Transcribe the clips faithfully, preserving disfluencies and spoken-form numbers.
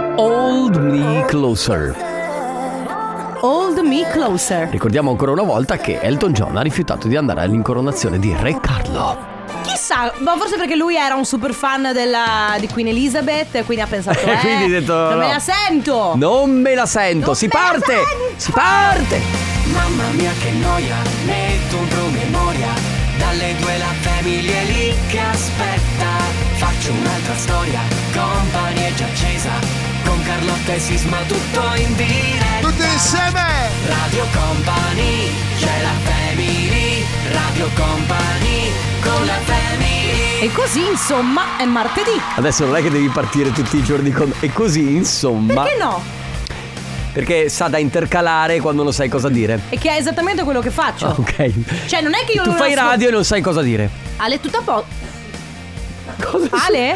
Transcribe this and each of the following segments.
Hold Me Closer. Hold Me Closer. Ricordiamo ancora una volta che Elton John ha rifiutato di andare all'incoronazione di Re Carlo. Chissà, ma forse perché lui era un super fan della, di Queen Elizabeth e quindi ha pensato eh, quindi ha detto, non no, me la sento. Non me la sento, non si me parte, la sento. si parte. Mamma mia che noia, metto un promemoria. Dalle due la famiglia è lì che aspetta. Faccio un'altra storia, compagnia è già accesa. Con Carlotta e Sisma tutto in diretta. Tutti insieme. Radio Company, c'è la family. Radio Company, con la family. E così insomma è martedì. Adesso non è che devi partire tutti i giorni con... E così insomma. Perché no? Perché sa da intercalare quando non sai cosa dire. E che è esattamente quello che faccio. Ah, ok. Cioè non è che io Tu non fai ascol- radio e non sai cosa dire. Ale, tutto a posto. Cosa Ale?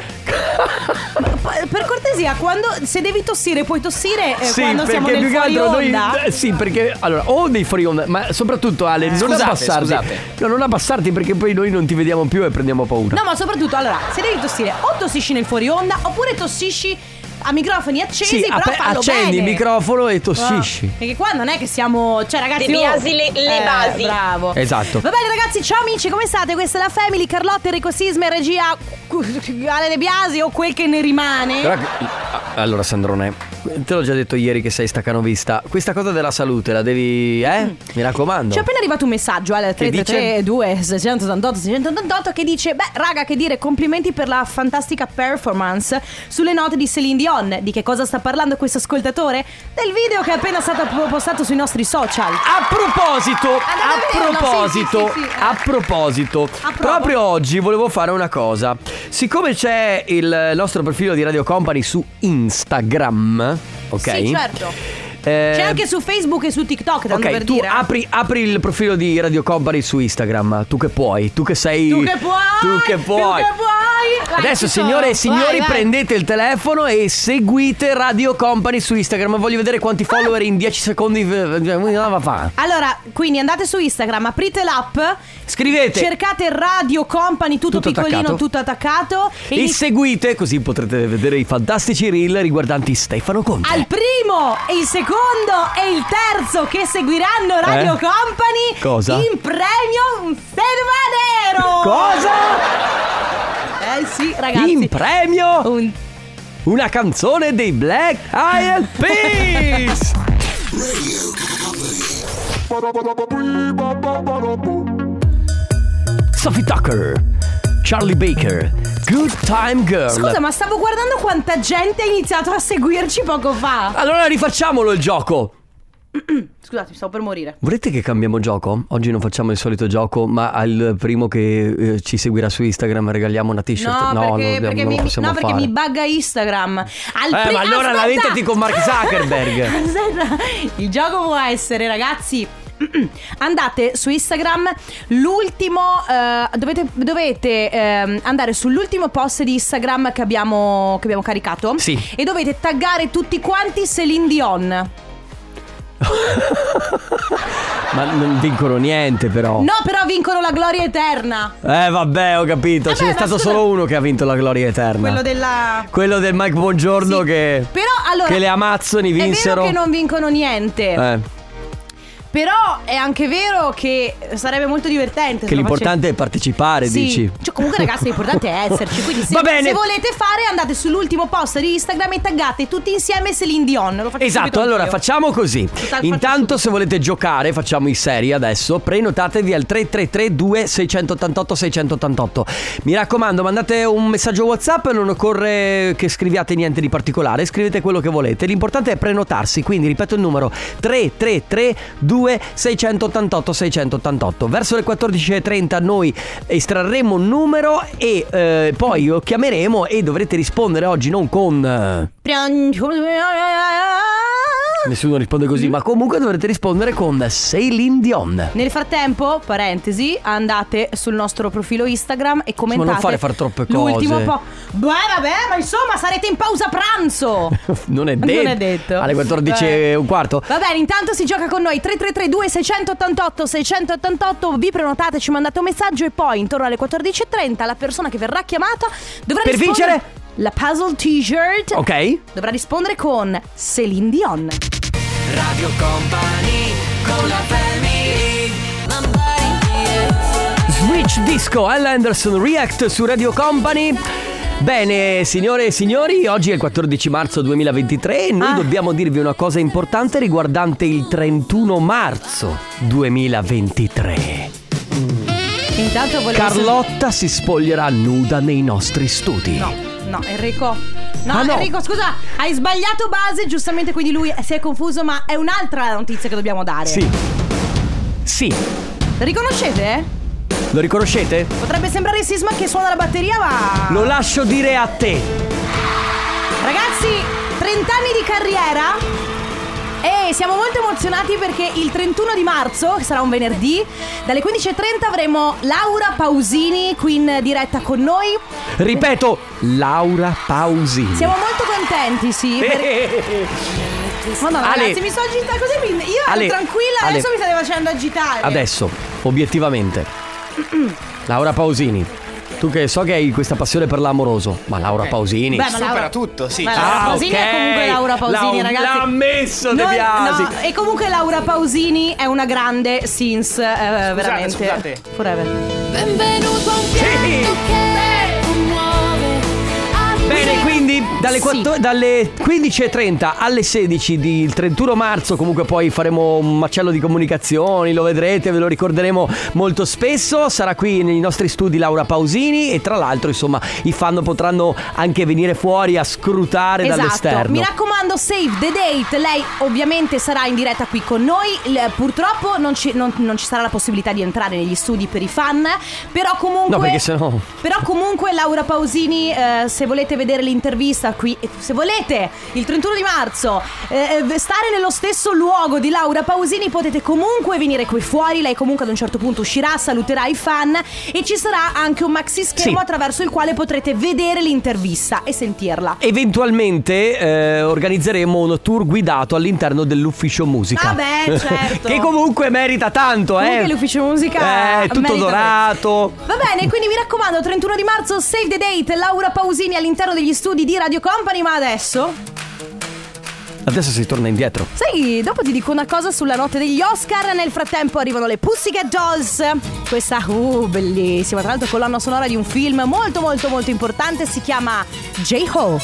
Per cortesia, quando se devi tossire puoi tossire eh, sì, quando siamo nel più che fuori altro onda. noi, eh, sì, perché allora o nei fuori onda, ma soprattutto Ale, non Scusate, abbassarti. scusate. No, non abbassarti perché poi noi non ti vediamo più e prendiamo paura. No, ma soprattutto, allora, se devi tossire o tossisci nel fuori onda oppure tossisci a microfoni accesi, Sì, però app- fallo accendi bene. il microfono e tossisci. Ah, perché qua non è che siamo, cioè ragazzi, De Biasi le- le eh, basi. Bravo. Esatto. Va bene ragazzi, ciao amici, come state? Questa è la Family, Carlotta, Enrico Sisma, regia Ale De Biasi o quel che ne rimane. Però, allora Sandrone, te l'ho già detto ieri che sei staccanovista. Questa cosa della salute la devi, eh? Mi raccomando. Ci è appena arrivato un messaggio al Che tre tre tre due sei otto otto sei otto otto che dice: beh raga, che dire, complimenti per la fantastica performance sulle note di Celine Dion. Di che cosa sta parlando questo ascoltatore? Del video che è appena stato postato sui nostri social. A proposito, Andate a a vederlo, proposito, sì, sì, sì, sì. a proposito, A propo. proprio oggi volevo fare una cosa. Siccome c'è il nostro profilo di Radio Company su Instagram, ok? Sì, certo. Eh, C'è anche su Facebook e su TikTok, tanto ok, per tu dire. apri, apri il profilo di Radio Company su Instagram. Tu che puoi, tu che sei. Tu che puoi, Tu che puoi. tu che puoi. Vai, Adesso, ci sono. signore e signori, Vai, vai. prendete il telefono e seguite Radio Company su Instagram. Voglio vedere quanti follower in dieci secondi. Va fa. Allora, quindi andate su Instagram, aprite l'app, Scrivete cercate Radio Company, tutto, Tutto piccolino, attaccato. tutto attaccato. e inizi- seguite, così potrete vedere i fantastici reel riguardanti Stefano Conte. Al primo, e il secondo e il terzo che seguiranno Radio Eh? Company, Cosa? in premio un Sedvanero. Cosa? Eh sì, ragazzi. In premio Un... una canzone dei Black Eyed Peas. Sophie Tucker, Charlie Baker, Good Time Girl. Scusa, ma stavo guardando quanta gente ha iniziato a seguirci poco fa. Allora rifacciamolo il gioco. Scusate, mi stavo per morire. Volete che cambiamo gioco? Oggi non facciamo il solito gioco, ma al primo che eh, ci seguirà su Instagram regaliamo una t-shirt. No, no, perché, non, perché, non mi, lo possiamo no perché fare. mi bugga Instagram. Al Eh, pri- ma allora Aspetta! lamentati con Mark Zuckerberg. Aspetta. Il gioco può essere, ragazzi, andate su Instagram, l'ultimo eh, dovete, dovete eh, andare sull'ultimo post di Instagram che abbiamo, che abbiamo caricato. Sì. E dovete taggare tutti quanti Celine Dion. Ma non vincono niente però. No, però vincono la gloria eterna. Eh vabbè, ho capito. Vabbè, Ce n'è ma stato scusa- solo uno che ha vinto la gloria eterna. Quello della... Quello del Mike Buongiorno Sì. che Però allora che le Amazzoni vinsero. È vero che non vincono niente. Eh, Però è anche vero che sarebbe molto divertente. che se lo l'importante è partecipare, Sì. dici. Cioè, comunque ragazzi, l'importante è esserci. Quindi se, Va bene. se volete fare, andate sull'ultimo post di Instagram e taggate tutti insieme Celine Dion. Lo faccio Esatto, subito allora anch'io. facciamo così. faccio Intanto subito. se volete giocare, facciamo in serie adesso. Prenotatevi al tre tre tre due sei otto otto sei otto otto. Mi raccomando, mandate un messaggio WhatsApp. Non occorre che scriviate niente di particolare. Scrivete quello che volete. L'importante è prenotarsi. Quindi ripeto il numero tre tre tre due sei otto otto sei otto otto. Verso le quattordici e trenta noi estrarremo un numero e eh, poi lo chiameremo e dovrete rispondere oggi non con... eh, Nessuno risponde così, ma comunque dovrete rispondere con Celine Dion. Nel frattempo, parentesi, andate sul nostro profilo Instagram e commentate. Ma non fare far troppe l'ultimo cose. po'. Beh, vabbè, ma insomma sarete in pausa pranzo. Non è detto. Non è detto. Alle quattordici e un quarto. Va bene, intanto si gioca con noi tre tre tre due sei otto otto sei otto otto. Vi prenotate, ci mandate un messaggio e poi intorno alle quattordici e trenta la persona che verrà chiamata dovrà Per rispondere... vincere la puzzle t-shirt. Ok. Dovrà rispondere con Celine Dion. Radio Company con la family. Switch Disco, Ella Anderson, React su Radio Company. Bene, signore e signori, oggi è il quattordici marzo duemilaventitré e noi Ah. dobbiamo dirvi una cosa importante riguardante il trentuno marzo duemilaventitré. Intanto volevo Carlotta si spoglierà nuda nei nostri studi. No, no, Enrico. No, Ah, no. Enrico, scusa, hai sbagliato base, giustamente, quindi lui si è confuso, ma è un'altra notizia che dobbiamo dare. Sì. Sì. Riconoscete? Lo riconoscete? Potrebbe sembrare Sisma che suona la batteria, ma Lo lascio dire a te. ragazzi, trenta anni di carriera. E siamo molto emozionati perché il trentuno di marzo, che sarà un venerdì, dalle quindici e trenta avremo Laura Pausini qui in diretta con noi. Ripeto, Laura Pausini. Siamo molto contenti, sì. Per... Madonna, Ale. ragazzi, mi sto agitando così. mi- Io ero Ale. tranquilla, Ale. adesso mi state facendo agitare. Adesso, obiettivamente, Laura Pausini, tu che so che hai questa passione per l'amoroso, ma Laura Pausini. Beh, ma Supera Laura- tutto, sì. Beh, certo. Laura Pausini è comunque Laura Pausini, L'ha- ragazzi. L'ha ammesso De No, Biasi. no, e comunque Laura Pausini è una grande since, eh, veramente. scusate. Forever. Benvenuto a un pianto Sì. che commuove. Bene, quindi dalle, Sì. quattro- dalle quindici e trenta alle sedici del trentuno marzo, comunque poi faremo un macello di comunicazioni, lo vedrete, ve lo ricorderemo molto spesso. Sarà qui nei nostri studi Laura Pausini e tra l'altro, insomma, i fan potranno anche venire fuori a scrutare Esatto, dall'esterno. mi raccomando, save the date. Lei ovviamente sarà in diretta qui con noi. L- Purtroppo non ci, non- non ci sarà la possibilità di entrare negli studi per i fan. Però comunque No, perché sennò- Però comunque Laura Pausini, eh, se volete vedere l'intervista qui, e se volete il trentuno di marzo eh, eh, stare nello stesso luogo di Laura Pausini, potete comunque venire qui fuori. Lei comunque ad un certo punto uscirà, saluterà i fan e ci sarà anche un maxi schermo Sì. attraverso il quale potrete vedere l'intervista e sentirla. Eventualmente eh, organizzeremo uno tour guidato all'interno dell'ufficio musica. Vabbè, certo. Che comunque merita tanto, eh. Comunque l'ufficio musica Eh, tutto merita dorato. Va bene, quindi mi raccomando, trentuno di marzo, save the date, Laura Pausini all'interno degli studi di Radio Company. Ma adesso, Adesso si torna indietro. sai, dopo ti dico una cosa sulla notte degli Oscar. Nel frattempo arrivano le Pussycat Dolls. Questa, uh, bellissima, tra l'altro colonna sonora di un film molto molto molto importante. Si chiama J-Ho.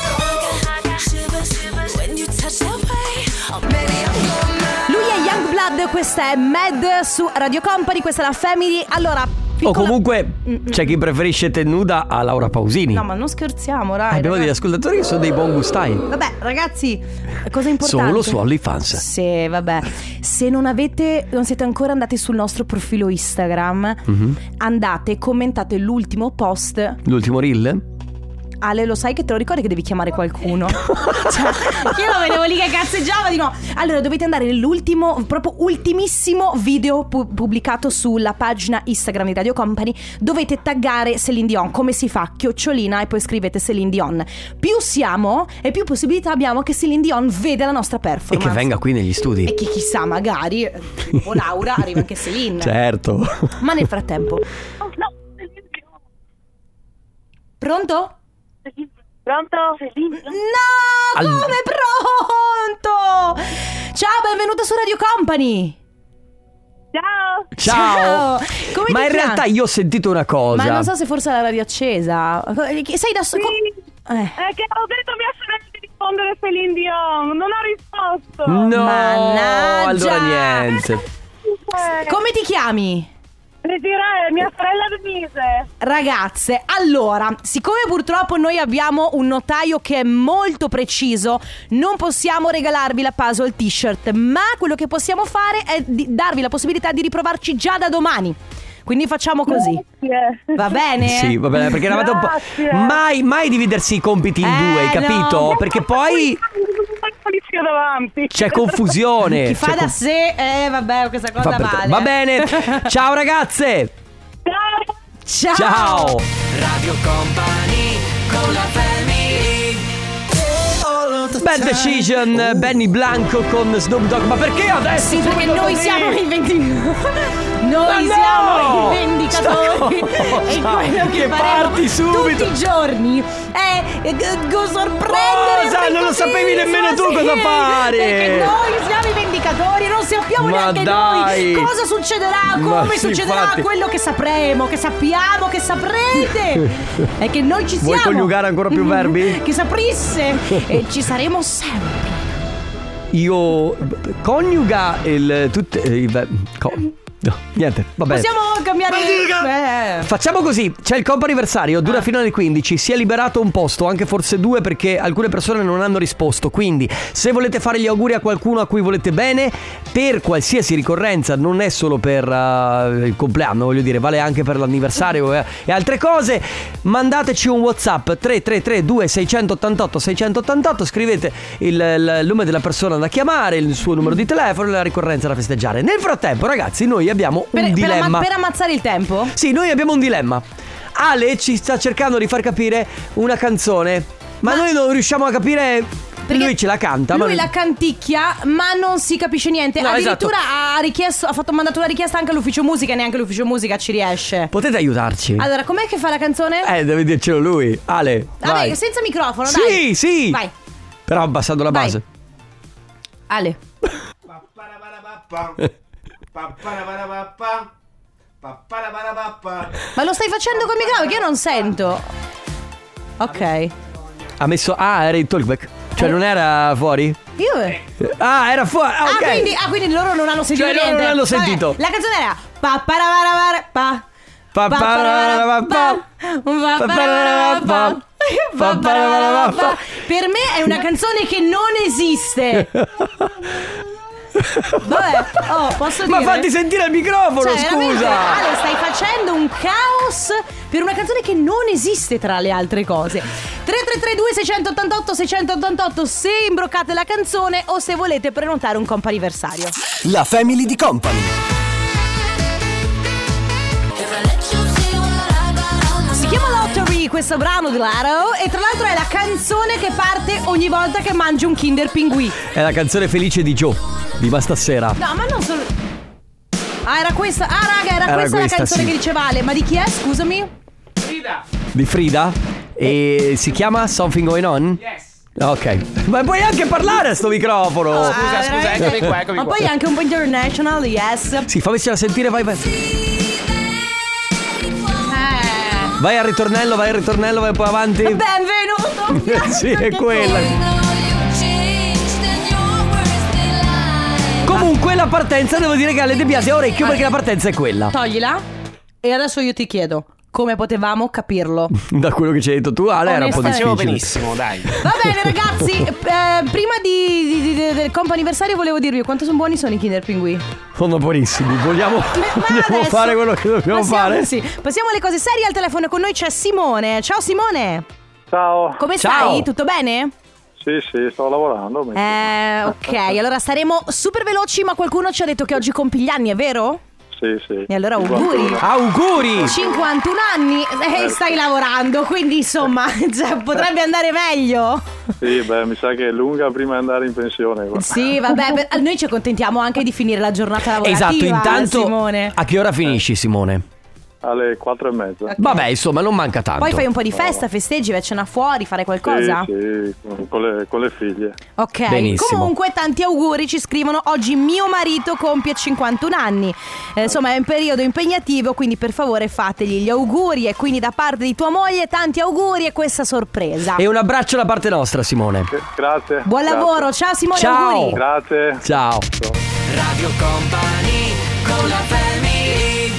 Lui è Youngblood, questa è Mad su Radio Company, questa è la Family. Allora, O piccola- comunque c'è chi preferisce te nuda a Laura Pausini. No, ma non scherziamo, dai. Abbiamo degli ragazzi. ascoltatori che sono dei buon gustai. Vabbè, ragazzi, cosa importante. Solo su OnlyFans. Sì, vabbè. Se non avete, non siete ancora andati sul nostro profilo Instagram, Mhm. andate, commentate l'ultimo post. L'ultimo reel? Ale, lo sai che te lo ricordi che devi chiamare qualcuno? Cioè, io lo vedevo lì che cazzeggiava di no. Allora, dovete andare nell'ultimo, proprio ultimissimo video pu- pubblicato sulla pagina Instagram di Radio Company. Dovete taggare Celine Dion. Come si fa? Chiocciolina e poi scrivete Celine Dion. Più siamo e più possibilità abbiamo che Celine Dion veda la nostra E performance. che venga qui negli studi. E che chissà, magari o Laura arriva anche Celine. Certo. Ma nel frattempo. Pronto? Pronto? No, Al- come pronto? Ciao, benvenuta su Radio Company. Ciao! Ciao. Come Ma ti in chiami? realtà io ho sentito una cosa. Ma non so se forse la radio accesa. Sei da solo? Sì. Eh. È che ho detto a mia sorella di rispondere Celine Dion, non ha risposto. No, Mannaggia. allora niente. Eh, Come ti chiami? Desiree, mia sorella Denise. Ragazze, allora, siccome purtroppo noi abbiamo un notaio che è molto preciso, non possiamo regalarvi la puzzle t-shirt, ma quello che possiamo fare è di darvi la possibilità di riprovarci già da domani. Quindi facciamo così. Grazie. Va bene? Sì, va bene, perché eravate un po'. Grazie. Mai, mai dividersi i compiti in Eh, due, hai no. capito? Perché poi La polizia davanti. c'è confusione. Chi fa c'è da conf- sé, eh vabbè, questa cosa fa per te. vale. Va bene. Ciao ragazze. Ciao. Ciao. Ciao. Radio Company con la family. Bad Decision, Benny Blanco con Snoop Dogg. Ma perché adesso? Sì, perché subito noi così? siamo il venti Noi Ma siamo no! i vendicatori. Sta E cosa? quello che, Che faremo parti subito. tutti i giorni è eh, g- go- sorprendere. Cosa? Non lo sapevi nemmeno tu cosa fare. Perché noi siamo i vendicatori, non sappiamo Ma neanche dai. noi cosa succederà, Ma come sì, succederà, infatti. quello che sapremo, che sappiamo, che saprete. È che noi ci siamo. Vuoi coniugare ancora più verbi? Che saprisse. E ci saremo sempre. Io coniuga il tutte il ver- co- no, niente, vabbè. Possiamo cambiare. Beh. Facciamo così, c'è il compo anniversario, dura fino alle quindici, si è liberato un posto, anche forse due perché alcune persone non hanno risposto, quindi se volete fare gli auguri a qualcuno a cui volete bene, per qualsiasi ricorrenza, non è solo per uh, il compleanno, voglio dire, vale anche per l'anniversario e, e altre cose, mandateci un WhatsApp tre tre tre due sei otto otto sei otto otto, scrivete il, il nome della persona da chiamare, il suo numero di telefono e la ricorrenza da festeggiare. Nel frattempo, ragazzi, noi abbiamo un Per, per, dilemma. amma- per ammazzare il tempo? Sì, noi abbiamo un dilemma. Ale ci sta cercando di far capire una canzone, ma, Ma- noi non riusciamo a capire. Perché Lui ce la canta. Lui ma... la canticchia, ma non si capisce niente. No, Addirittura esatto. ha richiesto, ha fatto mandato una richiesta anche all'ufficio musica, e neanche l'ufficio musica ci riesce. Potete aiutarci? Allora, com'è che fa la canzone? Eh, deve dircelo lui. Ale, Vabbè, vai. senza microfono, Sì, dai. sì. Vai. Però abbassando la Vai. base. Ale. Ma lo stai facendo col microfono che io non sento. Ok. Ha messo. Ah, era il talkback. Cioè, non era fuori? Io Ah, era fuori. Ah, ok. Ah, quindi, ah, quindi loro non hanno sentito Cioè, loro niente. non hanno Vabbè, sentito. la canzone era pa parabarabara pa Pa- pa- pa- pa- pa parabarabara pa parabarabara. Per me è una canzone che non esiste. Vabbè, oh, posso dire? Ma fatti sentire il microfono, Cioè, veramente, scusa. Ale, stai facendo un caos per una canzone che non esiste tra le altre cose. tre tre tre due sei otto otto sei otto otto se imbroccate la canzone o se volete prenotare un comp'anniversario. La Family di Company. Si chiama Lottery questo brano di Laro e tra l'altro è la canzone che parte ogni volta che mangi un Kinder Pinguì. È la canzone felice di Joe, di Ma stasera. No, ma non solo. Ah, era questa. Ah, raga, era, Era questa, questa, la canzone sì. che diceva Ale. Ma di chi è? Scusami. Di Frida. E si chiama Something Going On? Yes. Ok. Ma puoi anche parlare a sto microfono. Ah, Scusa, scusa, veramente? eccomi qua, eccomi Ma qua. poi anche un po' international, yes. Sì, fammela sentire, vai, vai. Eh. Vai al ritornello, vai al ritornello, vai un po' avanti. Benvenuto. Sì, è Che quella. poi- Comunque la partenza devo dire che alle De Biasi a orecchio perché la partenza è quella. Toglila. E adesso io ti chiedo, come potevamo capirlo? Da quello che ci hai detto tu, Ale, era un po' Onestamente. Facciamo difficile. benissimo, dai. Va bene ragazzi, eh, prima di, di- di- del comp'anniversario volevo dirvi quanto sono buoni sono i Kinder Pinguì. Sono buonissimi. Vogliamo, Ma vogliamo adesso fare quello che dobbiamo passiamo, fare? Sì. Passiamo alle cose serie. Al telefono con noi c'è Simone. Ciao Simone. Ciao. Come Ciao. stai? Tutto bene? Sì, sì, sto lavorando. mentre- Eh, ok, allora saremo super veloci, ma qualcuno ci ha detto che oggi compi gli anni, è vero? Sì, sì. E allora auguri. Auguri! cinquantuno anni e stai lavorando, quindi insomma cioè, potrebbe andare meglio. Sì, beh, mi sa che è lunga prima di andare in pensione. guarda. Sì, vabbè, per- noi ci accontentiamo anche di finire la giornata lavorativa. Esatto, intanto Simone. a che ora finisci, Simone? Alle quattro e mezza. Vabbè, insomma, non manca tanto. Poi fai un po' di festa, festeggi, vai a cena fuori, fare qualcosa? Sì, sì, con- con le, con le figlie. Ok, Benissimo. comunque tanti auguri, ci scrivono oggi mio marito compie cinquantuno anni, eh, insomma è un periodo impegnativo, quindi per favore fategli gli auguri e quindi da parte di tua moglie tanti auguri e questa sorpresa. E un abbraccio da parte nostra, Simone. Eh, Grazie. Buon grazie. lavoro, ciao Simone, Ciao. auguri. Grazie. Ciao. Radio Company con la family.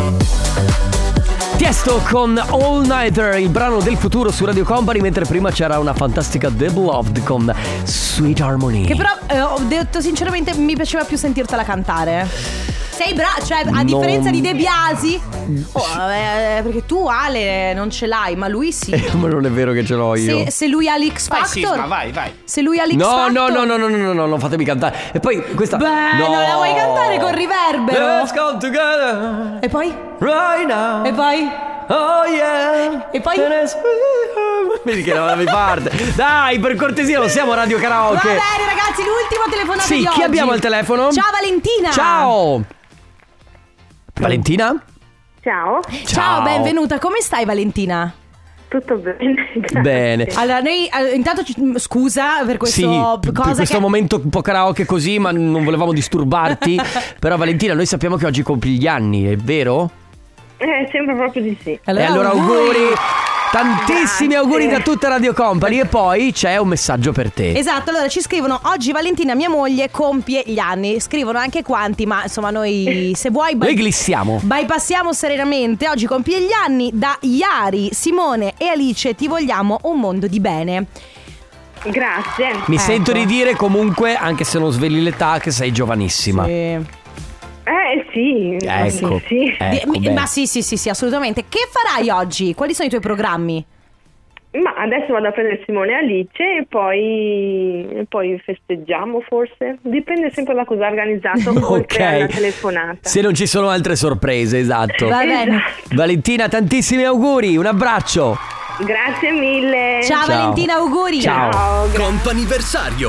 Tiesto con All Nighter, il brano del futuro su Radio Company, mentre prima c'era una fantastica The Beloved con Sweet Harmony. Che però eh, ho detto sinceramente mi piaceva più sentirtela cantare. Sei brava, cioè a differenza di De Biasi. Oh, eh, perché tu Ale non ce l'hai, ma lui sì. Ma non è vero che ce l'ho io. Se, se lui ha l'X Vai, Factor. Sisma, vai, vai. Se lui ha l'X No, Factor. no, no, no, no, no, no, no, non fatemi cantare. E poi questa. Beh, no. non la vuoi cantare con riverbero? Let's come together E poi? right now. E poi? Oh yeah. E poi? And it's sweet harmony. Vedi che non mi parte. Dai, per cortesia, non siamo Radio Karaoke. Va bene ragazzi, l'ultimo telefonato Sì, di chi oggi. abbiamo al telefono? Ciao Valentina. Ciao. Valentina? Ciao, Ciao, Ciao. benvenuta. Come stai, Valentina? tutto bene. Grazie. Bene. Allora, noi eh, intanto ci- scusa per questo Sì, per cosa questo che... momento un po' karaoke così, ma non volevamo disturbarti. Però Valentina, noi sappiamo che oggi compi gli anni, è vero? Eh, sembra proprio di sì. E allora auguri, tantissimi Grazie. auguri da tutta Radio Company. E poi c'è un messaggio per te. Esatto, allora ci scrivono: oggi Valentina, mia moglie, compie gli anni. Scrivono anche quanti, ma insomma noi, se vuoi, Noi glissiamo. bypassiamo serenamente. Oggi compie gli anni. Da Iari, Simone e Alice ti vogliamo un mondo di bene. Grazie. Mi Ecco. sento di dire comunque, anche se non svegli l'età, che sei giovanissima. Sì. Eh sì, Ecco. sì, sì. Ecco, Di- bene. ma sì, sì, sì, sì, assolutamente. Che farai oggi? Quali sono i tuoi programmi? Ma adesso vado a prendere Simone e Alice e poi, e poi festeggiamo forse. Dipende sempre da cosa ha organizzato oltre alla telefonata. Se non ci sono altre sorprese, esatto. Va bene. Valentina, tantissimi auguri, un abbraccio. Grazie mille. Ciao, Ciao. Valentina, auguri. Ciao. Ciao, gra- Comp'anniversario.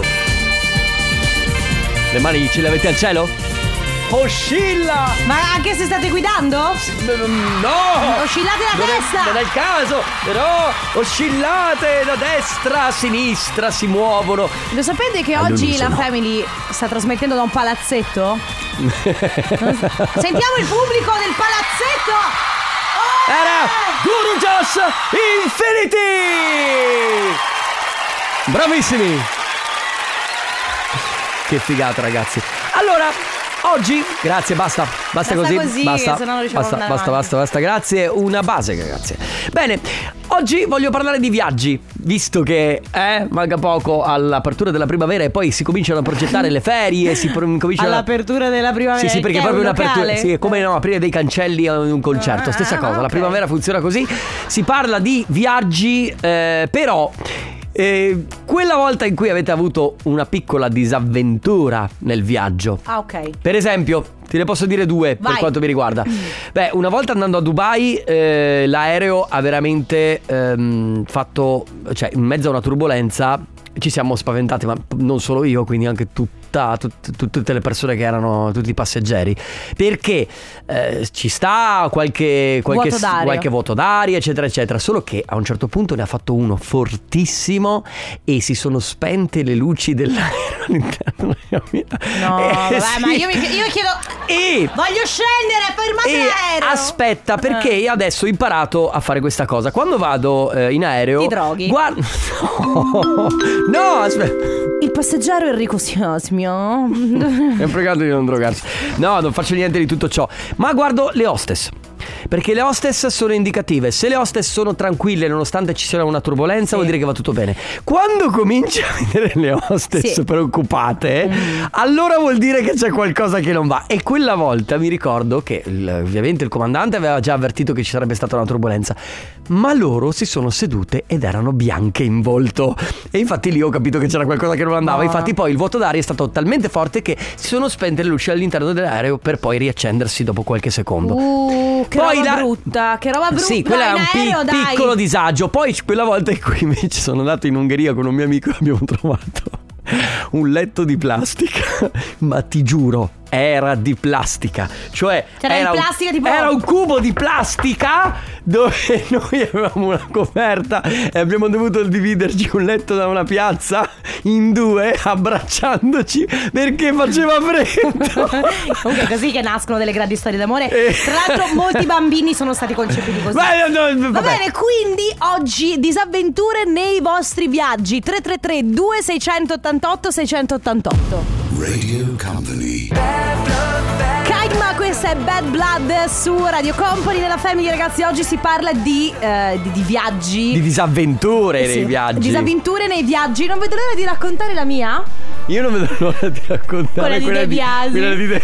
Le mani ce le avete al cielo? Oscilla! Ma anche se state guidando? No! Oscillate la non testa! È, non è il caso, però oscillate da destra a sinistra, si muovono. Lo sapete che oggi la All'unisono. Family sta trasmettendo da un palazzetto? Sentiamo il pubblico del palazzetto! Oh! Era Guru Josh Infinity! Bravissimi! Che figata, ragazzi. Allora, oggi, grazie, basta, basta, Basta così, così, basta, se no non riusciamo basta, ad andare basta, avanti. basta, basta, grazie, una base, grazie. Bene, oggi voglio parlare di viaggi, visto che eh, manca poco all'apertura della primavera e poi si cominciano a progettare le ferie, si pro- cominciano All'apertura della primavera. Sì, sì, perché è che proprio un un'apertura. locale? Sì, è come no, aprire dei cancelli a un concerto. Stessa Ah, cosa, la ok. primavera funziona così. Si parla di viaggi, eh, però. eh, quella volta in cui avete avuto una piccola disavventura nel viaggio. Ah, ok. Per esempio, te ne posso dire due Vai. per quanto mi riguarda. Beh, una volta andando a Dubai, eh, l'aereo ha veramente ehm, fatto, cioè in mezzo a una turbolenza ci siamo spaventati, ma non solo io, quindi anche tutta, tut- tut- tutte le persone che erano, tutti i passeggeri, perché eh, ci sta qualche, qualche, Vuoto d'aria. qualche vuoto d'aria, eccetera, eccetera. Solo che a un certo punto ne ha fatto uno fortissimo e si sono spente le luci dell'aereo all'interno della mia. No, Eh, vabbè, sì. ma io, mi, io chiedo. E Voglio scendere, fermate e l'aereo. aspetta, perché Eh. adesso ho imparato a fare questa cosa. Quando vado eh, in aereo, Ti droghi? Guarda. No, no, aspetta. Il passeggero Enrico Siasmio. Mi ha pregato di non drogarsi. No, non faccio niente di tutto ciò. Ma guardo le hostess. Perché le hostess sono indicative. Se le hostess sono tranquille nonostante ci sia una turbolenza, Sì. vuol dire che va tutto bene. Quando cominci a vedere le hostess Sì. preoccupate, allora vuol dire che c'è qualcosa che non va. E quella volta mi ricordo che il- ovviamente il comandante aveva già avvertito che ci sarebbe stata una turbolenza, ma loro si sono sedute ed erano bianche in volto. E infatti lì ho capito che c'era qualcosa che non andava. No. Infatti poi il vuoto d'aria è stato talmente forte che si sono spente le luci all'interno dell'aereo per poi riaccendersi dopo qualche secondo. Uh, che Poi roba la- brutta, che roba brutta. Sì, quella è in un pi- aereo, dai. piccolo disagio. Poi c- quella volta in cui invece sono andato in Ungheria con un mio amico e abbiamo trovato un letto di plastica. Ma ti giuro, era di plastica. Cioè C'era era, di un- plastica tipo- era un cubo di plastica dove noi avevamo una coperta e abbiamo dovuto dividerci un letto da una piazza in due, abbracciandoci perché faceva freddo. Comunque è così che nascono delle grandi storie d'amore. Eh. Tra l'altro molti bambini sono stati concepiti così. Ma, no, no, Va vabbè. bene, quindi oggi disavventure nei vostri viaggi. Tre tre tre due sei otto otto sei otto otto. Radio Company. Kaima, questa è Bad Blood su Radio Company. Nella Family, ragazzi, oggi si parla di, eh, di, di viaggi. Di disavventure Sì, nei viaggi. Disavventure nei viaggi. Non vedo l'ora di raccontare la mia. Io non vedo l'ora di raccontare Quella di De Biasi. quella di De-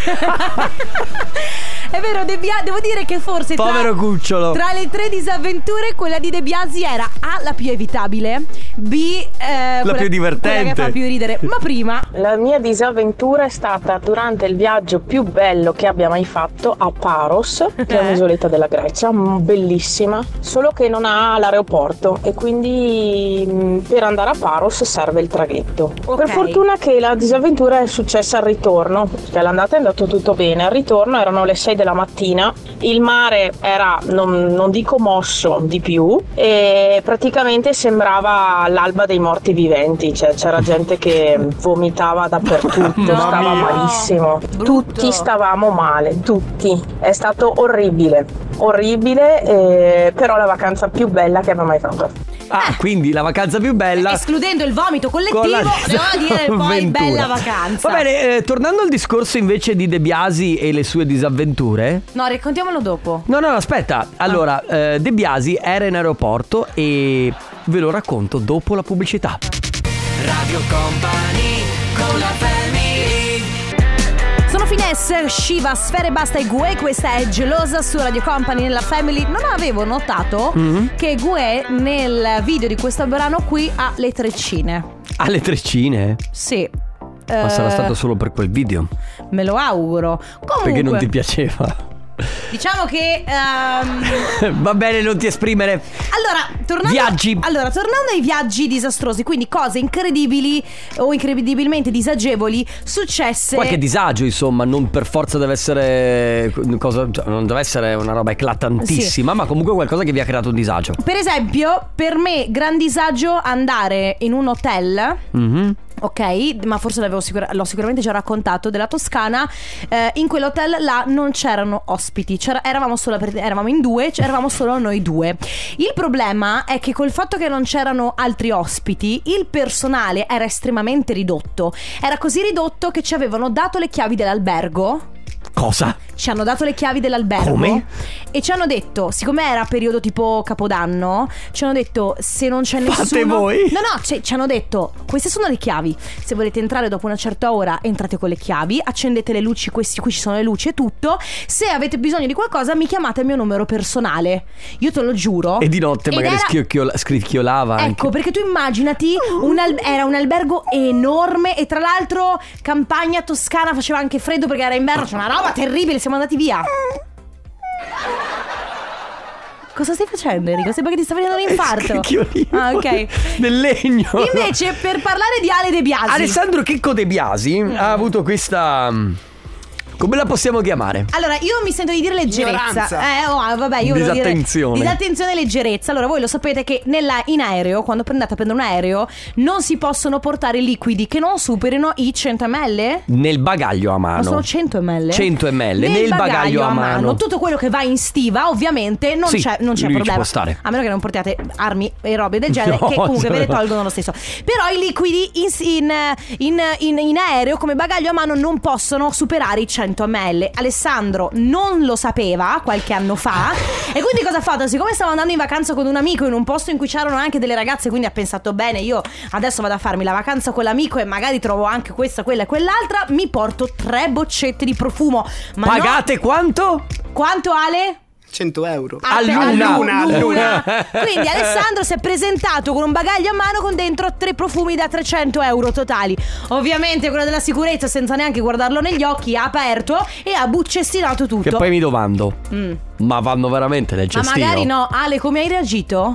È vero, De Bia- devo dire che forse tra- Povero cucciolo. Tra le tre disavventure, quella di De Biasi era A, la più evitabile, B, eh, quella, più divertente. quella che fa più ridere. Ma prima, La mia disavventura è stata durante il viaggio più bello che abbia mai fatto a Paros, che è un'isoletta della Grecia, mm, bellissima, solo che non ha l'aeroporto e quindi mm, per andare a Paros serve il traghetto. Ok. Per fortuna che la disavventura è successa al ritorno, perché all'andata è andato tutto bene, al ritorno erano le sei della mattina, il mare era, non, non dico mosso di più, e praticamente sembrava l'alba dei morti viventi, cioè c'era gente che vomitava dappertutto, No. stava malissimo, Brutto. tutti stavamo male, tutti, è stato orribile, orribile, eh, però la vacanza più bella che abbia mai fatto. Ah, quindi la vacanza più bella. Escludendo il vomito collettivo, con la- andiamo a dire poi avventura. bella vacanza. Va bene, eh, tornando al discorso invece di De Biasi e le sue disavventure. No, raccontiamolo dopo. No, no, aspetta. Allora, eh, De Biasi era in aeroporto e ve lo racconto dopo la pubblicità. Radio Company con la family. Sono Finesse, Shiva, Sfere Basta e Gue. Questa è Gelosa su Radio Company nella Family. Non avevo notato Mm-hmm. che Gue nel video di questo brano qui ha le treccine. Ha le treccine? Sì. Ma Eh, sarà stato solo per quel video? Me lo auguro. Comunque, Perché non ti piaceva? diciamo che ehm, Va bene, non ti esprimere. Allora, tornando Viaggi. Allora, tornando ai viaggi disastrosi, quindi cose incredibili o incredibilmente disagevoli successe. Qualche disagio, insomma, non per forza deve essere cosa, cioè, non deve essere una roba eclatantissima, ma comunque qualcosa che vi ha creato un disagio. Per esempio, per me gran disagio andare in un hotel. Mhm. Ok, ma forse l'avevo sicura- l'ho sicuramente già raccontato, della Toscana. eh, In quell'hotel là non c'erano ospiti, C'era- eravamo, solo, eravamo in due, cioè eravamo solo noi due. Il problema è che col fatto che non c'erano altri ospiti, il personale era estremamente ridotto. Era così ridotto che ci avevano dato le chiavi dell'albergo. Cosa? Ci hanno dato le chiavi dell'albergo. Come? E ci hanno detto, siccome era periodo tipo Capodanno, ci hanno detto se non c'è Fate nessuno. voi? No, no, ci, ci hanno detto queste sono le chiavi. Se volete entrare dopo una certa ora, entrate con le chiavi, accendete le luci, questi qui ci sono le luci e tutto. Se avete bisogno di qualcosa, mi chiamate il mio numero personale. Io te lo giuro. E di notte Ed magari era- scricchiola- scricchiolava anche. Ecco, perché tu immaginati un al- era un albergo enorme e tra l'altro campagna toscana, faceva anche freddo perché era inverno, c'è una roba terribile, siamo andati via. Cosa stai facendo, Enrico? Sembra che ti sta venendo un infarto. Scricchiolino. Ah, ok. Del legno. Invece, per parlare di Ale De Biasi, Alessandro Checco De Biasi ha avuto questa... come la possiamo chiamare? allora, io mi sento di dire leggerezza. Ignoranza. Eh, oh, vabbè, io volevo dire Disattenzione. disattenzione e leggerezza. Allora, voi lo sapete che nella, in aereo, quando andate a prendere un aereo, non si possono portare liquidi che non superino i cento millilitri. Nel bagaglio a mano. Ma sono cento millilitri? cento millilitri Nel, nel bagaglio a mano. Tutto quello che va in stiva, ovviamente, non Sì, c'è, non c'è lui ci problema. può stare. A meno che non portiate armi e robe del genere, No, che comunque ve le cioè- tolgono lo stesso. Però i liquidi in, in, in, in, in aereo come bagaglio a mano non possono superare i cento millilitri. Alessandro non lo sapeva qualche anno fa. E quindi cosa ha fatto? Siccome stavo andando in vacanza con un amico in un posto in cui c'erano anche delle ragazze, quindi ha pensato bene, io adesso vado a farmi la vacanza con l'amico e magari trovo anche questa, quella e quell'altra. Mi porto tre boccette di profumo. Ma no- Pagate quanto? quanto, Ale? cento euro. A A te- luna. a A luna. Quindi Alessandro si è presentato con un bagaglio a mano con dentro tre profumi da trecento euro totali. Ovviamente quello della sicurezza, senza neanche guardarlo negli occhi, ha aperto e ha buccestinato tutto. Che poi mi domando, Mm. ma vanno veramente nel Ma cestino? magari no. Ale, come hai reagito?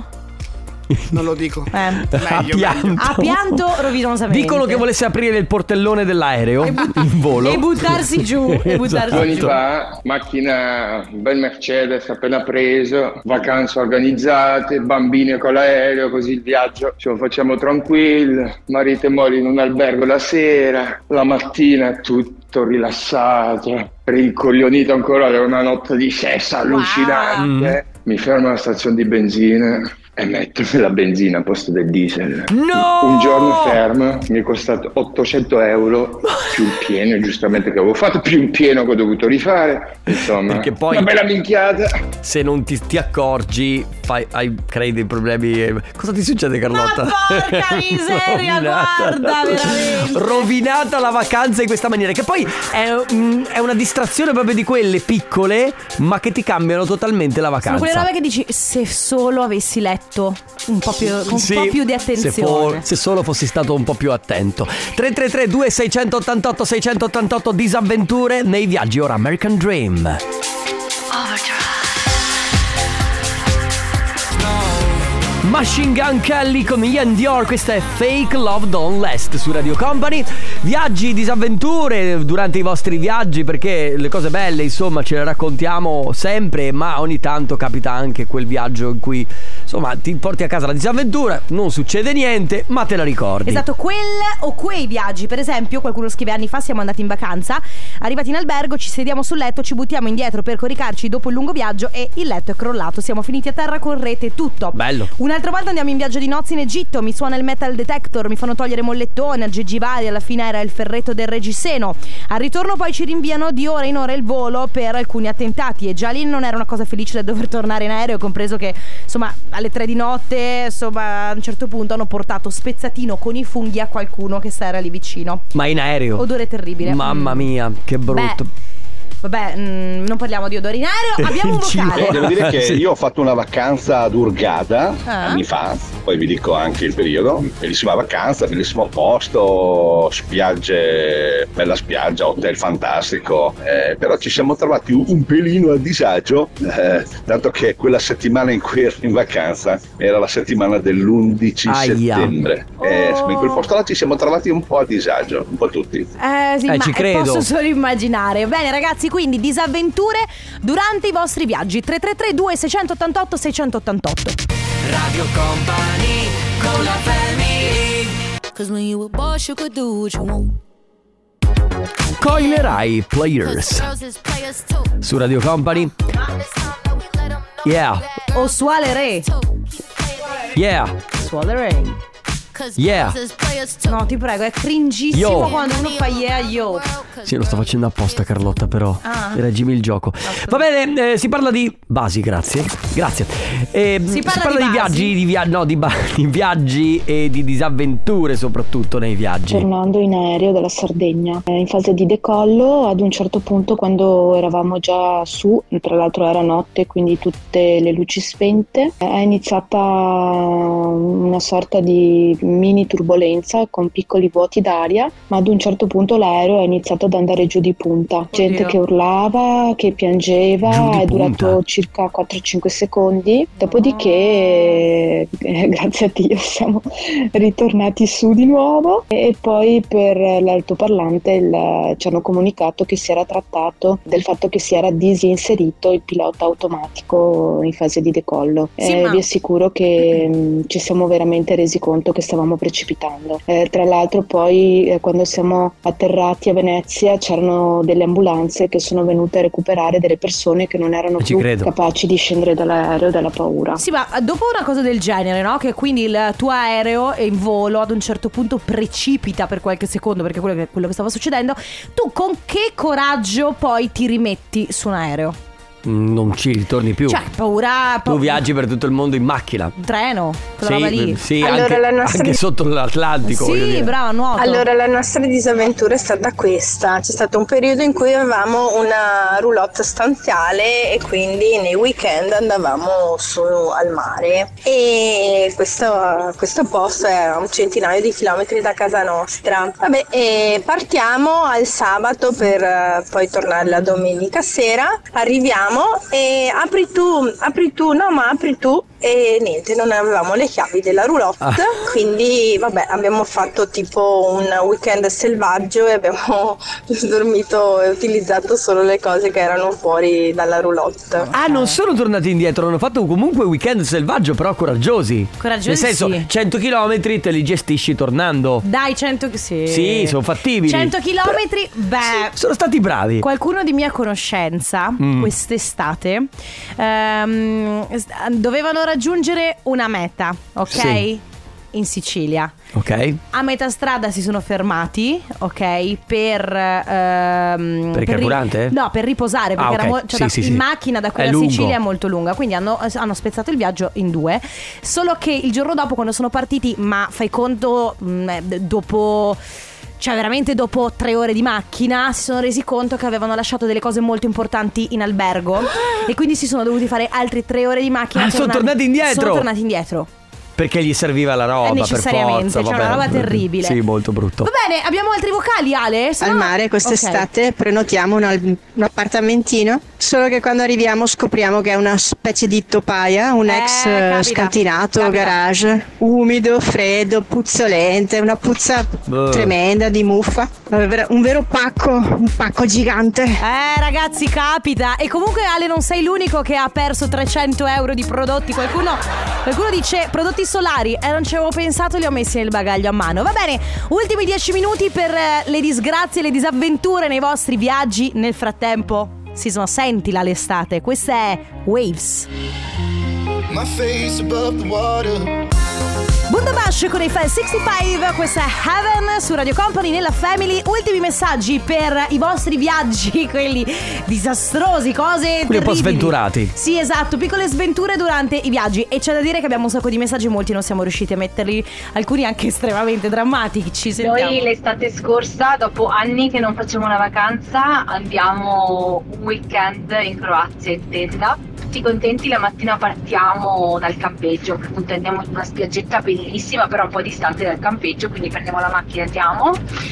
Non lo dico. Eh. Ha Meglio, pianto. meglio. Ha pianto rovinosamente. Dicono che volesse aprire il portellone dell'aereo in volo. E buttarsi giù. E buttarsi Esatto. Giorni giù. fa, macchina, un bel Mercedes appena preso, vacanze organizzate, bambine con l'aereo, così il viaggio ce lo facciamo tranquillo, marito e moglie in un albergo la sera, la mattina tutto rilassato, rincoglionito ancora da una notte di sesso allucinante. Mi fermo alla stazione di benzina e metto la benzina a posto del diesel. No! Un giorno fermo mi è costato ottocento euro più il pieno, giustamente che avevo fatto, più il pieno che ho dovuto rifare. Insomma, Perché poi- una bella minchiata. Se non ti, ti accorgi, fai, hai, crei dei problemi. Cosa ti succede, Carlotta? Ma porca miseria, Rovinata. guarda, veramente. Rovinata la vacanza in questa maniera. Che poi è, mm, è una distrazione proprio di quelle piccole, ma che ti cambiano totalmente la Sono vacanza. quelle robe che dici, se solo avessi letto un po' più, con Sì, un po' più di se, attenzione. fo- se solo fossi stato un po' più attento. Tre tre tre due sei otto otto sei otto otto disavventure nei viaggi. Ora American Dream. Machine Gun Kelly con Ian Dior. Questa è Fake Love Don't Last su Radio Company. Viaggi, disavventure durante i vostri viaggi, perché le cose belle insomma ce le raccontiamo sempre, ma ogni tanto capita anche quel viaggio in cui insomma ti porti a casa la disavventura, non succede niente, ma te la ricordi. Esatto, quel o quei viaggi. Per esempio, qualcuno scrive: anni fa siamo andati in vacanza, arrivati in albergo ci sediamo sul letto, ci buttiamo indietro per coricarci dopo il lungo viaggio e il letto è crollato, siamo finiti a terra con rete e tutto. Bello. Un'altra volta andiamo in viaggio di nozze in Egitto, mi suona il metal detector, mi fanno togliere mollettone, aggeggi vari, alla fine era il ferretto del reggiseno. Al ritorno poi ci rinviano di ora in ora il volo per alcuni attentati e già lì non era una cosa felice da dover tornare in aereo, compreso che insomma alle tre di notte insomma a un certo punto hanno portato spezzatino con i funghi a qualcuno che era lì vicino. Ma in aereo? Odore terribile. Mamma mia, che brutto. Beh, vabbè, mh, non parliamo di odori in aereo. Abbiamo un vocale. Eh, devo dire che Sì. io ho fatto una vacanza ad Hurghada Ah. anni fa, poi vi dico anche il periodo. Bellissima vacanza, bellissimo posto, spiagge, bella spiaggia, hotel fantastico, eh, però ci siamo trovati un, un pelino a disagio, eh, dato che quella settimana in cui ero in vacanza era la settimana dell'undici Aia. settembre. Eh, Oh. in quel posto là ci siamo trovati un po' a disagio, un po' tutti. Eh sì, Eh, ma ci credo. posso solo immaginare. Bene ragazzi, quindi disavventure durante i vostri viaggi. Tre tre tre due sei otto otto sei otto otto. Radio Company con la family. Cause when you a boss, you could do what you want. Coilerai Players Girls is players too. su Radio Company. Yeah, O Suale Re. yeah, Suale Re. Cause Yeah. girls is players too. No, ti prego, è cringissimo Yo. quando uno fa yeah yo. sì, lo sto facendo apposta Carlotta, però Ah. reggimi il gioco. Va bene, eh, si parla di basi, grazie. Grazie. Eh, Si parla di di basi? viaggi, di via- no, di, ba- di viaggi e di disavventure soprattutto nei viaggi. Tornando in aereo dalla Sardegna, eh, in fase di decollo, ad un certo punto quando eravamo già su, tra l'altro era notte quindi tutte le luci spente, eh, è iniziata una sorta di mini turbolenza con piccoli vuoti d'aria, ma ad un certo punto l'aereo è iniziato ad andare giù di punta. Gente che urlava, che piangeva, Giù di è durato punta? circa quattro cinque secondi, dopodiché eh, grazie a Dio siamo ritornati su di nuovo e poi per l'altoparlante il- ci hanno comunicato che si era trattato del fatto che si era disinserito il pilota automatico in fase di decollo. Sì, Eh, ma- vi assicuro che mh, ci siamo veramente resi conto che stavamo precipitando. Eh, tra l'altro poi eh, quando siamo atterrati a Venezia c'erano delle ambulanze che sono venute a recuperare delle persone che non erano Eh, ci più credo. capaci di scendere dall'aereo dalla paura. Sì, ma dopo una cosa del genere, no? Che quindi il tuo aereo è in volo, ad un certo punto precipita per qualche secondo, perché quello che, quello che stava succedendo, tu con che coraggio poi ti rimetti su un aereo? Mm, Non ci ritorni più. Cioè, paura... Tu pa- viaggi per tutto il mondo in macchina. Treno, quella roba lì. sì, Allora, anche, la nostra- anche sotto l'Atlantico. voglio Sì, dire. brava, nuoto. Allora, la nostra disavventura è stata questa. C'è stato un periodo in cui avevamo una roulotte stanziale e quindi nei weekend andavamo su al mare. E questo, questo posto è a un centinaio di chilometri da casa nostra. Vabbè, e partiamo al sabato per eh, poi tornare la domenica sera. Arriviamo e apri tu, apri tu, no ma apri tu. E niente, non avevamo le chiavi della roulotte, Ah. quindi vabbè, abbiamo fatto tipo un weekend selvaggio e abbiamo dormito e utilizzato solo le cose che erano fuori dalla roulotte. Ah, non sono tornati indietro, hanno fatto comunque un weekend selvaggio, però coraggiosi. Coraggiosi, Nel senso, sì. cento chilometri te li gestisci tornando. Dai, cento... Sì, Sì, sono fattibili. cento chilometri, beh... Sono stati bravi. Qualcuno di mia conoscenza Mm. quest'estate ehm, s- dovevano raggiungere una meta, ok? Sì. In Sicilia. Ok. A metà strada si sono fermati, ok? Per ehm, Per il ri- carburante? no, per riposare, perché Ah, era ok. mo- cioè, Sì, da- sì, in sì. macchina da qui È a lungo. Sicilia è molto lunga, quindi hanno, hanno spezzato il viaggio in due. Solo che il giorno dopo, quando sono partiti, ma fai conto mh, eh, d- dopo... Cioè veramente dopo tre ore di macchina si sono resi conto che avevano lasciato delle cose molto importanti in albergo e quindi si sono dovuti fare altre tre ore di macchina. Ah, sono tornati indietro? Sono tornati indietro. Perché gli serviva la roba, Eh, per necessariamente, forza. cioè vabbè. una roba terribile. Sì, molto brutto. Va bene, abbiamo altri vocali, Ale? Se Al no- mare quest'estate prenotiamo un, al- un appartamentino Solo che quando arriviamo scopriamo che è una specie di topaia, un Eh, ex capita, eh, scantinato capita. garage, umido, freddo, puzzolente, una puzza Boh. tremenda di muffa, un vero pacco, un pacco gigante. Eh ragazzi, capita. E comunque Ale, non sei l'unico che ha perso trecento euro di prodotti. Qualcuno, qualcuno dice prodotti solari e eh, non ci avevo pensato, li ho messi nel bagaglio a mano. Va bene, ultimi dieci minuti per eh, le disgrazie e le disavventure nei vostri viaggi. Nel frattempo Sisma, sentila l'estate. Questa è Waves. My face above the water. Bundabash con i File sessantacinque, questa è Heaven su Radio Company nella Family. Ultimi messaggi per i vostri viaggi, quelli disastrosi, cose quelli un po' terribili. sventurati. Sì, esatto, piccole sventure durante i viaggi. E c'è da dire che abbiamo un sacco di messaggi, molti non siamo riusciti a metterli, alcuni anche estremamente drammatici. Sentiamo. Noi l'estate scorsa, dopo anni che non facciamo una vacanza, andiamo un weekend in Croazia in tenda. Tutti contenti, la mattina partiamo dal campeggio, appunto andiamo in una spiaggetta bellissima però un po' distante dal campeggio, quindi prendiamo la macchina e andiamo.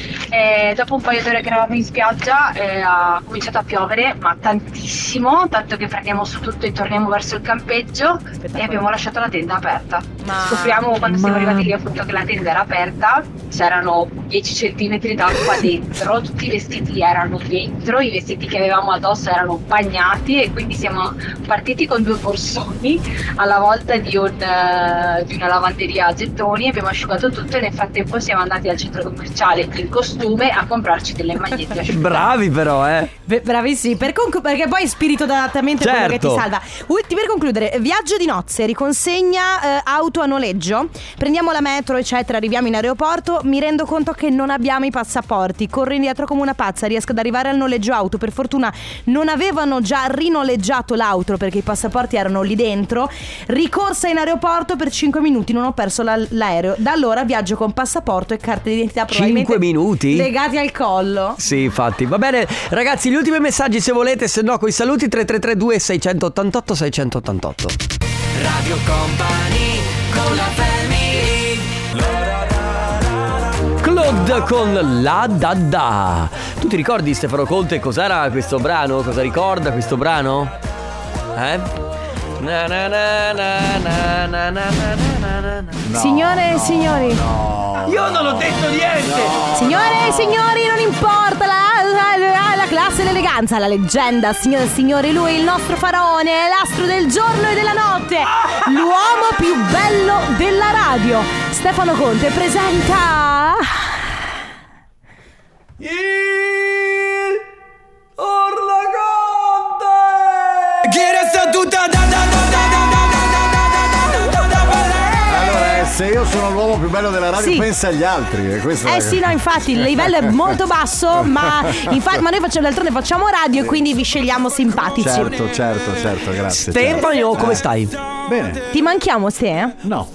E dopo un paio d'ore che eravamo in spiaggia eh, ha cominciato a piovere, ma tantissimo, tanto che prendiamo su tutto e torniamo verso il campeggio e abbiamo lasciato la tenda aperta. Ma... Scopriamo quando siamo Ma... arrivati lì appunto che la tenda era aperta, c'erano dieci centimetri d'acqua dentro, tutti i vestiti erano dentro, i vestiti che avevamo addosso erano bagnati e quindi siamo partiti con due borsoni alla volta di, un, uh, di una lavanderia a gettoni, abbiamo asciugato tutto e nel frattempo siamo andati al centro commerciale in costume a comprarci delle magliette asciugate. Bravi però, eh. Beh, bravissimi, per conc- perché poi spirito d'adattamento è quello che Certo. ti salva. Ulti, per concludere, viaggio di nozze, riconsegna eh, auto a noleggio, prendiamo la metro eccetera, arriviamo in aeroporto, mi rendo conto che non abbiamo i passaporti, corro indietro come una pazza, riesco ad arrivare al noleggio auto, per fortuna non avevano già rinoleggiato l'auto perché i passaporti erano lì dentro, ricorsa in aeroporto per cinque minuti, non ho perso la- l'aereo, da allora viaggio con passaporto e carte d'identità probabilmente cinque minuti? legati al collo. Sì, infatti. Va bene, ragazzi, gli ultimi messaggi se volete, se no coi saluti tre tre tre due sei otto otto sei otto otto. Radio Company con la family. Claude con La Da Da. Tu ti ricordi, Stefano Conte, cos'era questo brano? Cosa ricorda questo brano? Eh? Na na na na na na na na na. No, Signore e signori, Io non ho detto niente. signore e signori, non importa la, la, la, la classe e l'eleganza, la leggenda, signore e signori, lui è il nostro faraone, è l'astro del giorno e della notte, l'uomo più bello della radio. Stefano Conte presenta Il Orla Conte. Che resta tutta da da da Allora, se io sono l'uomo più bello della radio, Sì. pensa agli altri. e questo Eh è- sì, no, infatti il livello è molto basso, ma infatti, ma noi facciamo d'altronde facciamo radio e quindi vi scegliamo simpatici. Certo, certo, certo, grazie. Stefano, certo. come stai? Bene. Ti manchiamo, te? No.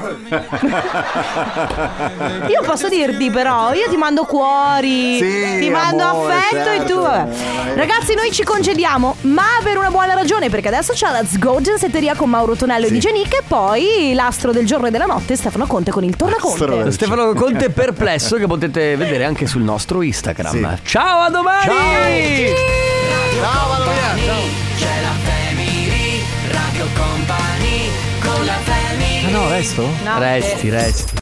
Io posso dirti però, io ti mando cuori, Sì, ti mando amore, affetto e certo. tu vabbè. Ragazzi, noi ci congediamo, ma per una buona ragione, perché adesso c'è Let's Go Gensetteria con Mauro Tonello Sì. e D J Nick e poi l'astro del giorno e della notte Stefano Conte con il Tornaconte. Stefano Conte perplesso, che potete vedere anche sul nostro Instagram. Sì. Ciao, a domani. Ciao, vado via. Ciao. C'è la family. Radio Company con la family. Ah no, resto? No, Resti, resti.